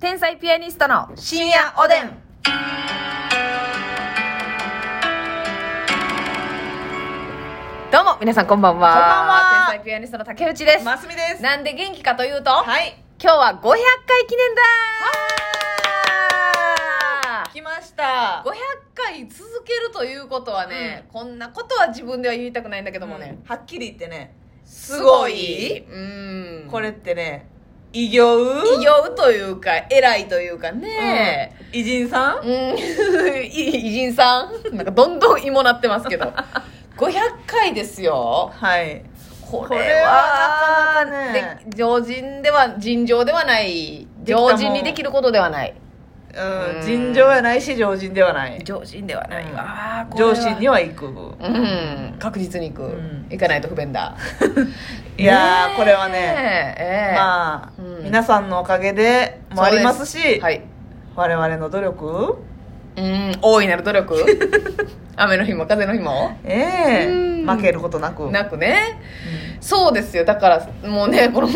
天才ピアニストの深夜おでん。どうも皆さんこんばんは。 こんばんは。 天才ピアニストの竹内です。 ますみです。 なんで元気かというと、 はい。 今日は500回記念だ来ました。 500回続けるということはね、こんなことは自分では言いたくないんだけどもね、 はっきり言ってね、 すごい、 これってね、偉業偉業というか偉いというかね、 偉人さん偉人さんなんかどんどん芋なってますけど500回ですよ。 はい。 これはなかなかね、 常人では尋常ではない、常人にできることではない、 尋常やないし常人ではない。 常人ではないわ、 上司には行く。 確実に行く、行かないと不便だいやー、これはね、まあ、皆さんのおかげでもありますし、 はい、 我々の努力、 大いなる努力雨の日も風の日も負けることなくね、そうですよ。だからもうね、この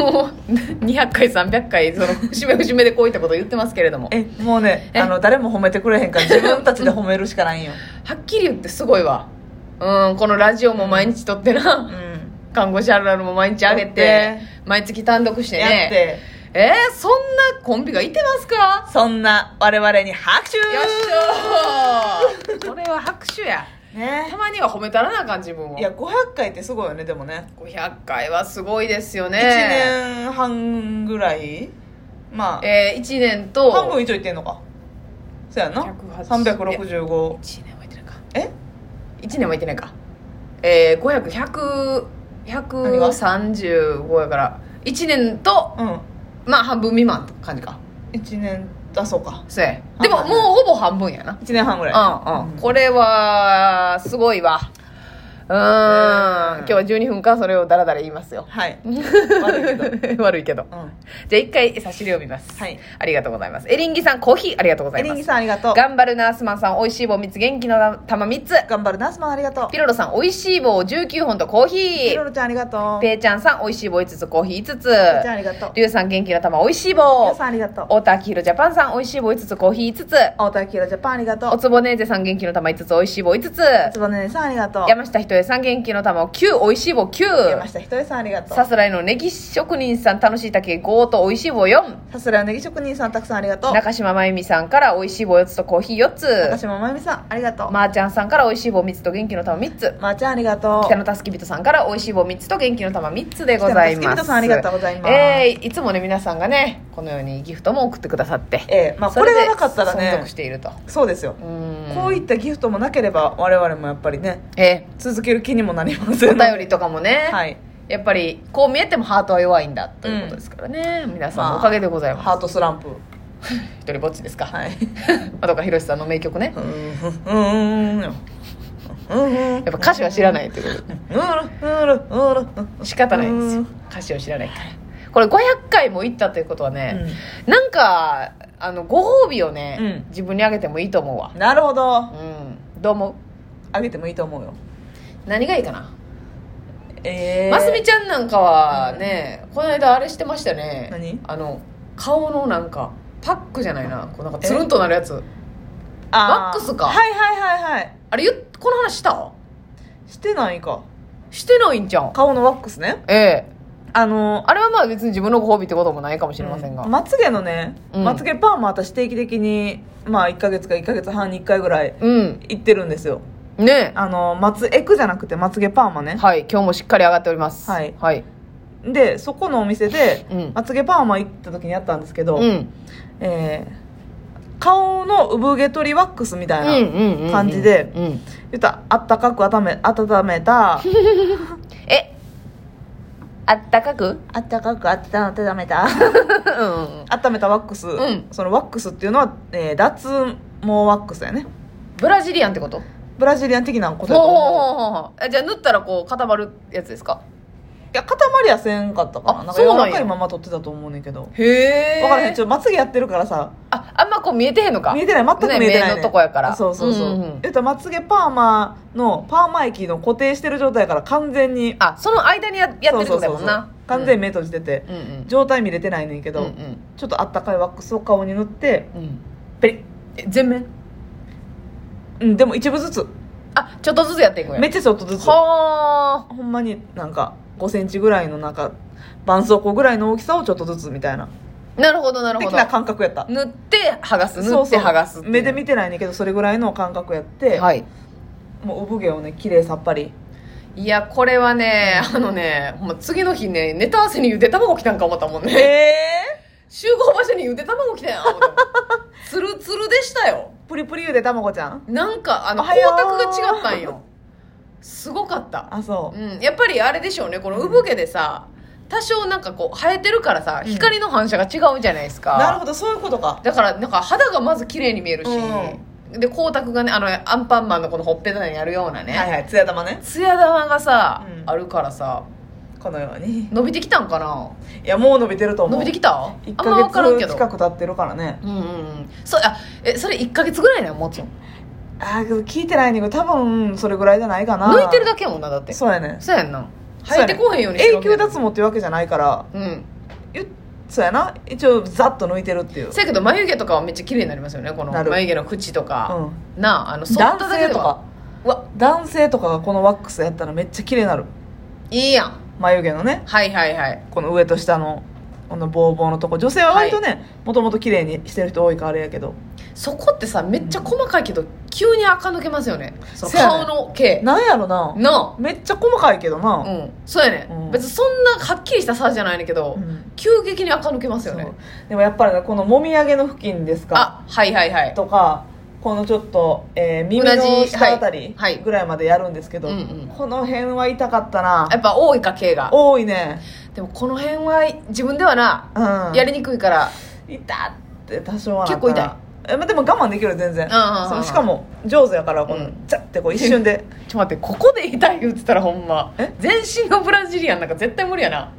200回300回その節目節目でこういったこと言ってますけれども、 もうね、誰も褒めてくれへんから自分たちで褒めるしかないんよはっきり言ってすごいわ。このラジオも毎日撮ってな、看護師あるあるも毎日あげて毎月単独してねやって、 そんなコンビがいてますか？ そんな我々に拍手。よっしょーこれは拍手やね。 たまには褒めたらなあかん自分を。 いや、500回ってすごいよね。でもね、 500回はすごいですよね。 1年半ぐらい、まあ、 1年と半分以上いってんのか。そうやな、365。 1年はいってないか。1年はいってないか。135やから1年と、まあ半分未満って感じか。 1年、そうか。 そうや。でももうほぼ半分やな。 1年半ぐらい。 これはすごいわ。今日は12分間それをダラダラ言いますよ。 はい。 悪いけど。じゃあ一回差し入れを見ます。はい。ありがとうございます。エリンギさんコーヒーありがとうございます。 エリンギさんありがとう。 頑張るナースマンさんおいしい棒3つ、元気の玉3つ。 頑張るナースマンありがとう。 ピロロさんおいしい棒19本とコーヒー。 ピロロちゃんありがとう。 ペイちゃんさんおいしい棒5つコーヒー5つ。ペイちゃんありがとう。 リュウさん元気の玉おいしい棒。 リュウさんありがとう。 太田明宏ジャパンさんおいしい棒5つコーヒー5つ。 太田明宏ジャパンありがとう。 おつぼねーぜさん元気の玉5つおいしい棒5つ。 おつぼねーぜさんありがとう。 山下ひとえさん元気の玉9おいしい棒9。 山下ひとえさんありがとう。 さすらいのネギ職人さん楽しい竹5とおいしい棒4。 さすらいのネギ職人さんたくさんありがとう。 中島まゆみさんからおいしい棒4つとコーヒー4つ。 中島まゆみさんありがとう。 まーちゃんさんからおいしい棒3つと元気の玉3つ。 まーちゃんありがとう。 北野たすきびとさんからおいしい棒3つと元気の玉3つでございます。 北野たすきびとさんありがとうございます。 いつもね皆さんがねこのようにギフトも送ってくださって、 まあこれがなかったらね存続していると。 そうですよ。こういったギフトもなければ我々もやっぱりね、続ける気にもなりません。 お便りとかもね、 はい、 やっぱりこう見えてもハートは弱いんだということですからね、皆さんのおかげでございます。 ハートスランプ一人ぼっちですか。 はいまどかひろしさんの名曲ね。やっぱ歌詞は知らないということで仕方ないんですよ、歌詞を知らないから。これ500回も行ったということはね、なんかご褒美をね、自分にあげてもいいと思うわ。 なるほど、 どう思う？ あげてもいいと思うよ。 何がいいかな。ますみちゃんなんかはね、この間あれしてましたね。 何？ 顔のなんかパックじゃないな、こうなんかつるんとなるやつ、ワックスか。 はいはいはいはい。 あれこの話したしてないか。 してないんじゃん。 顔のワックスね。あれはまあ別に自分のご褒美ってこともないかもしれませんが、 まつげのね、まつげパーマ私定期的にまあ1ヶ月か1ヶ月半に1回ぐらい行ってるんですよ、 ね。 まつエクじゃなくてまつげパーマね。 はい、今日もしっかり上がっております。 はい、 はい、 でそこのお店で、まつげパーマ行った時にやったんですけど、顔の産毛取りワックスみたいな感じで、言ったらあったかく温めたあったかく温めた温めたワックス、そのワックスっていうのは、脱毛ワックスやね。 ブラジリアンってこと？ ブラジリアン的なことやと思う。じゃあ塗ったらこう固まるやつですか？ いや固まりはせんかったかな。なんか柔らかいまま取ってたと思うねんけど。 へえ。 分からへん、まつげやってるからさ、 あんまこ見えてへんのか。 見えてない、全く見えてない、ね、 目のとこやから。 そうそうそう、まつげパーマ液の固定してる状態から完全に、 あ、その間にやってるってことだもんな。 完全に目閉じてて、状態見れてないねんけど、ちょっとあったかいワックスを顔に塗って、ペリッ、 全面でも一部ずつ、 あ、ちょっとずつやっていくんや。 めっちゃちょっとずつ、 はほんまになんか5センチぐらいのなんか絆創膏ぐらいの大きさをちょっとずつみたいな、 なるほどなるほど、 的な感覚やった。 塗って剥がす、塗って剥がすっていう、 目で見てないねんけどそれぐらいの感覚やって、 はい、 もう産毛をね綺麗さっぱり。 いやこれはね、ほんま次の日ね、ネタ合わせにゆで卵来たんか思ったもんね。集合場所にゆで卵来たやん。ツルツルでしたよ。 プリプリゆで卵ちゃん、 なんか光沢が違ったんよ。すごかった。 あ、そう、 やっぱりあれでしょうね、この産毛でさ、多少なんかこう生えてるからさ、光の反射が違うじゃないですか。 なるほど、そういうことか。 だからなんか肌がまず綺麗に見えるし、で光沢がね、アンパンマンのこのほっぺたにあるようなね、 はいはい、ツヤ玉ね、 ツヤ玉がさ、あるからさ、 このように伸びてきたんかな。 いやもう伸びてると思う。 伸びてきた 1ヶ月近く経ってるからね。それ1ヶ月ぐらいなのもちろん。 聞いてないねんけど多分それぐらいじゃないかな。 抜いてるだけやもんな、だって。 そうやねん、 そうやんな、生えてこへんようにしてる永久脱毛っていうわけじゃないから、そうやな、一応ザッと抜いてるっていう。 そうやけど眉毛とかはめっちゃ綺麗になりますよね、この眉毛の縁とか、 男性とか、男性とかがこのワックスやったらめっちゃ綺麗になる。 いいやん、 眉毛のね、 はいはいはい、 この上と下のこのボーボーのとこ、女性は割とね、もともと綺麗にしてる人多いからあれやけど、 そこってさめっちゃ細かいけど、急に垢抜けますよね、その顔の毛。 なんやろな、めっちゃ細かいけどな、 そうやね、別にそんなはっきりした差じゃないねんけど、急激に垢抜けますよね。 でもやっぱりね、このもみあげの付近ですか、 はいはいはい、 とかこのちょっと、耳の下あたりぐらいまでやるんですけど、この辺は痛かったな。 やっぱ多いか、毛が多いね。 でもこの辺は自分ではな、やりにくいから痛って多少はなったな。 結構痛い。 でも我慢できる、全然。しかも上手やから、このチャッてこう一瞬でちょっと待って、ここで痛い言ってたらほんま全身のブラジリアンなんか絶対無理やな。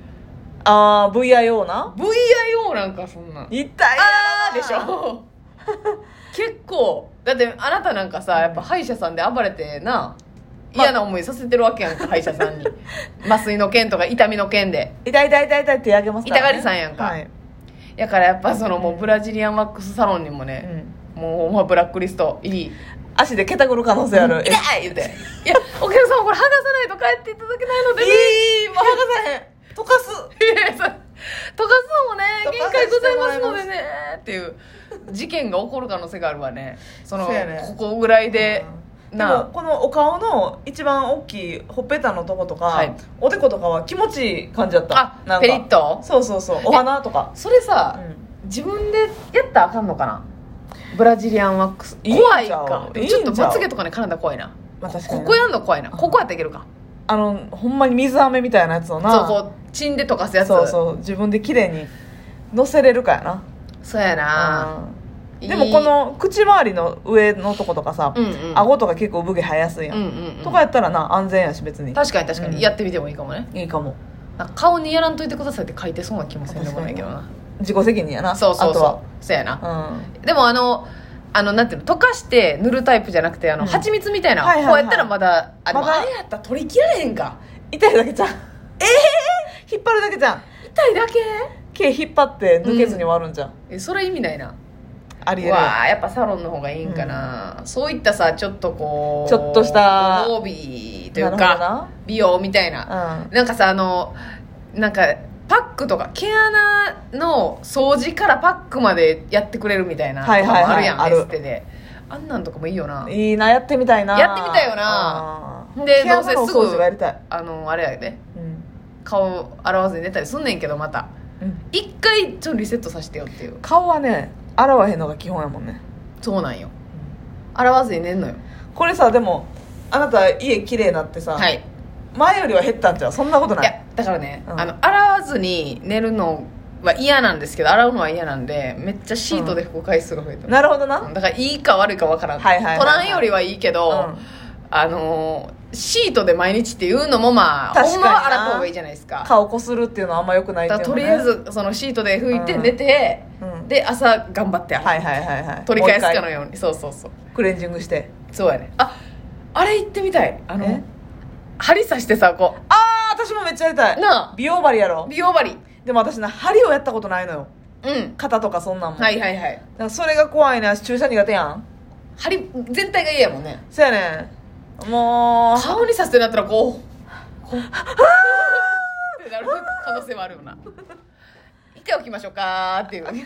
VIO な、 VIO なんかそんな痛いなでしょ。結構だってあなたなんかさ、やっぱ歯医者さんで暴れてな、嫌な思いさせてるわけやんか、歯医者さんに。麻酔の件とか痛みの件で痛いってあげますからね。 痛がりさんやんか、やからやっぱそのもうブラジリアンワックスサロンにもね、もうブラックリスト入り、 足で蹴たくる可能性ある。 痛い言うて、いやお客さんこれ剥がさないと帰っていただけないので、 もう剥がさへん、溶かす。 溶かすのもね限界ございますのでねっていう事件が起こる可能性があるわね。そのここぐらいで、 でもこのお顔の一番大きいほっぺたのとことか、おでことかは気持ちいい感じだった。なんかペリッと、 そうお花とか。 それさ、自分でやったらあかんのかな、ブラジリアンワックス。怖いか、ちょっとまつげとかに絡んだら怖いな。ここやんの怖いな。ここやったらいけるか。 ほんまに水飴みたいなやつをな、 こうチンで溶かすやつ、 自分で綺麗にのせれるかやな。 そうやな。 でもこの口周りの上のとことかさ、顎とか結構産毛生えやすいやん、とかやったらな、安全やし別に。 確かに、やってみてもいいかもね。 いいかも。 顔にやらんといてくださいって書いてそうな気もせんでもないけどな。 自己責任やな。 そうそうやな、でもなんていうの、溶かして塗るタイプじゃなくて、蜂蜜みたいな、こうやったらまだ、あれやったら取り切られへんか。 痛いだけじゃん。引っ張るだけじゃん。 痛いだけ、 毛引っ張って抜けずに終わるんじゃん。 それ意味ないな。 ありえる。 やっぱサロンの方がいいんかな、そういったさ、ちょっとこうちょっとしたご褒美というか美容みたいな、なんかさ、なんかパックとか毛穴の掃除からパックまでやってくれるみたいなのもあるやん、エステで。あんなんとかもいいよな。 いいな、やってみたいな。 やってみたいよな。でどうせすぐやりたい。 あれやで、顔洗わずに寝たりすんねんけど、また一回ちょっとリセットさせてよっていう。 顔はね、洗わへんのが基本やもんね。 そうなんよ、洗わずに寝んのよ。 これさ、でもあなた家綺麗になってさ、前よりは減ったんちゃう？そんなことない。 いやだからね、洗わずに寝るのは嫌なんですけど、洗うのは嫌なんで、めっちゃシートで拭く回数が増えた、 なるほどな。 だからいいか悪いか分からん、取らんよりはいいけど、シートで毎日っていうのもまあほんまは洗った方がいいじゃないですか。 顔こするっていうのはあんま良くないっていうの、ね、 とりあえずそのシートで拭いて寝て、 で朝頑張ってはいはいはいはい、 取り返すかのように、そうそうそうクレンジングして。 そうやね。あれ行ってみたい。針刺してさ、こう。 私もめっちゃやりたいなあ、 美容針やろ。 美容針。 でも私な、針をやったことないのよ。 うん。 肩とかそんなんも。 はいはいはい。 だからそれが怖いね。注射苦手やん。 針全体が嫌やもんね。 そうやねん。もう顔に刺すってなったらこうってなる可能性はあるよな。一回置きましょうかっていう。針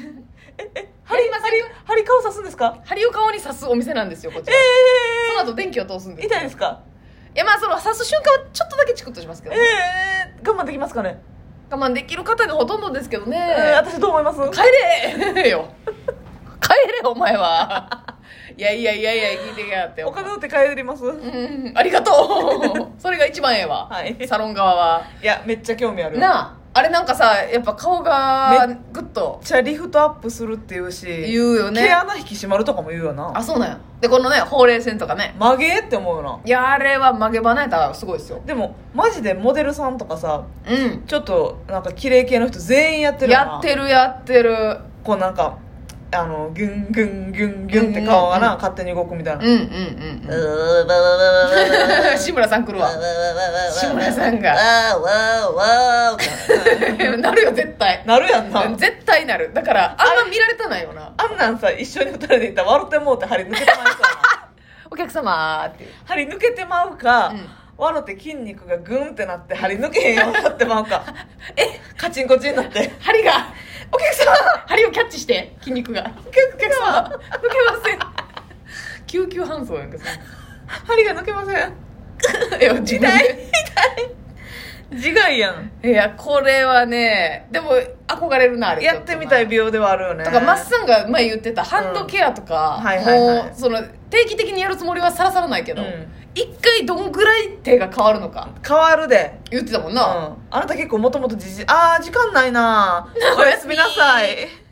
顔刺すんですか？ 針を顔に刺すお店なんですよ、こちら。その後電気を通すんです。 痛いですか？ いや、まあその刺す瞬間はちょっとだけチクッとしますけど、 我慢できますかね？ 我慢できる方がほとんどですけどね。 私どう思います？ 帰れよ帰れお前はいや聞いてやがって。 お金取って帰ります？ ありがとうそれが一番ええわ、はい、サロン側は。 いやめっちゃ興味あるなあ。あれなんかさ、やっぱ顔がグッとめっちゃリフトアップするっていうし、 言うよね。 毛穴引き締まるとかも言うよな。 そうなんや。でこのね、ほうれい線とかね、 曲げって思うよな。 いや、あれは曲げ花やったらすごいですよ。 でもマジでモデルさんとかさ、ちょっとなんか綺麗系の人全員やってるよな。 やってる。 こうなんかギュンギュンギュンギュンって顔がな、勝手に動くみたいな。 志村さん来るわ。志村さんがなるよ、絶対なるやんな。 絶対なる。だからあんま見られたないよな。 あんなんさ、一緒に二人で行ったら笑ってもうて針抜けてまうかお客様って針抜けてまうか、笑って筋肉がグンってなって針抜けへんようになってまうかカチンコチンになって針が、お客様針をキャッチして筋肉が、お客様抜けません救急搬送やんか。 針が抜けませんいや時代自害やん。 いや、これはね、でも憧れるな。あれやってみたい美容ではあるよね。 とか、マッサンが前言ってたハンドケアとか、もうその定期的にやるつもりはさらさらないけど、一回どんぐらい手が変わるのか。 変わるで言ってたもんな。 あなた結構もともと時間ないなおやすみなさい。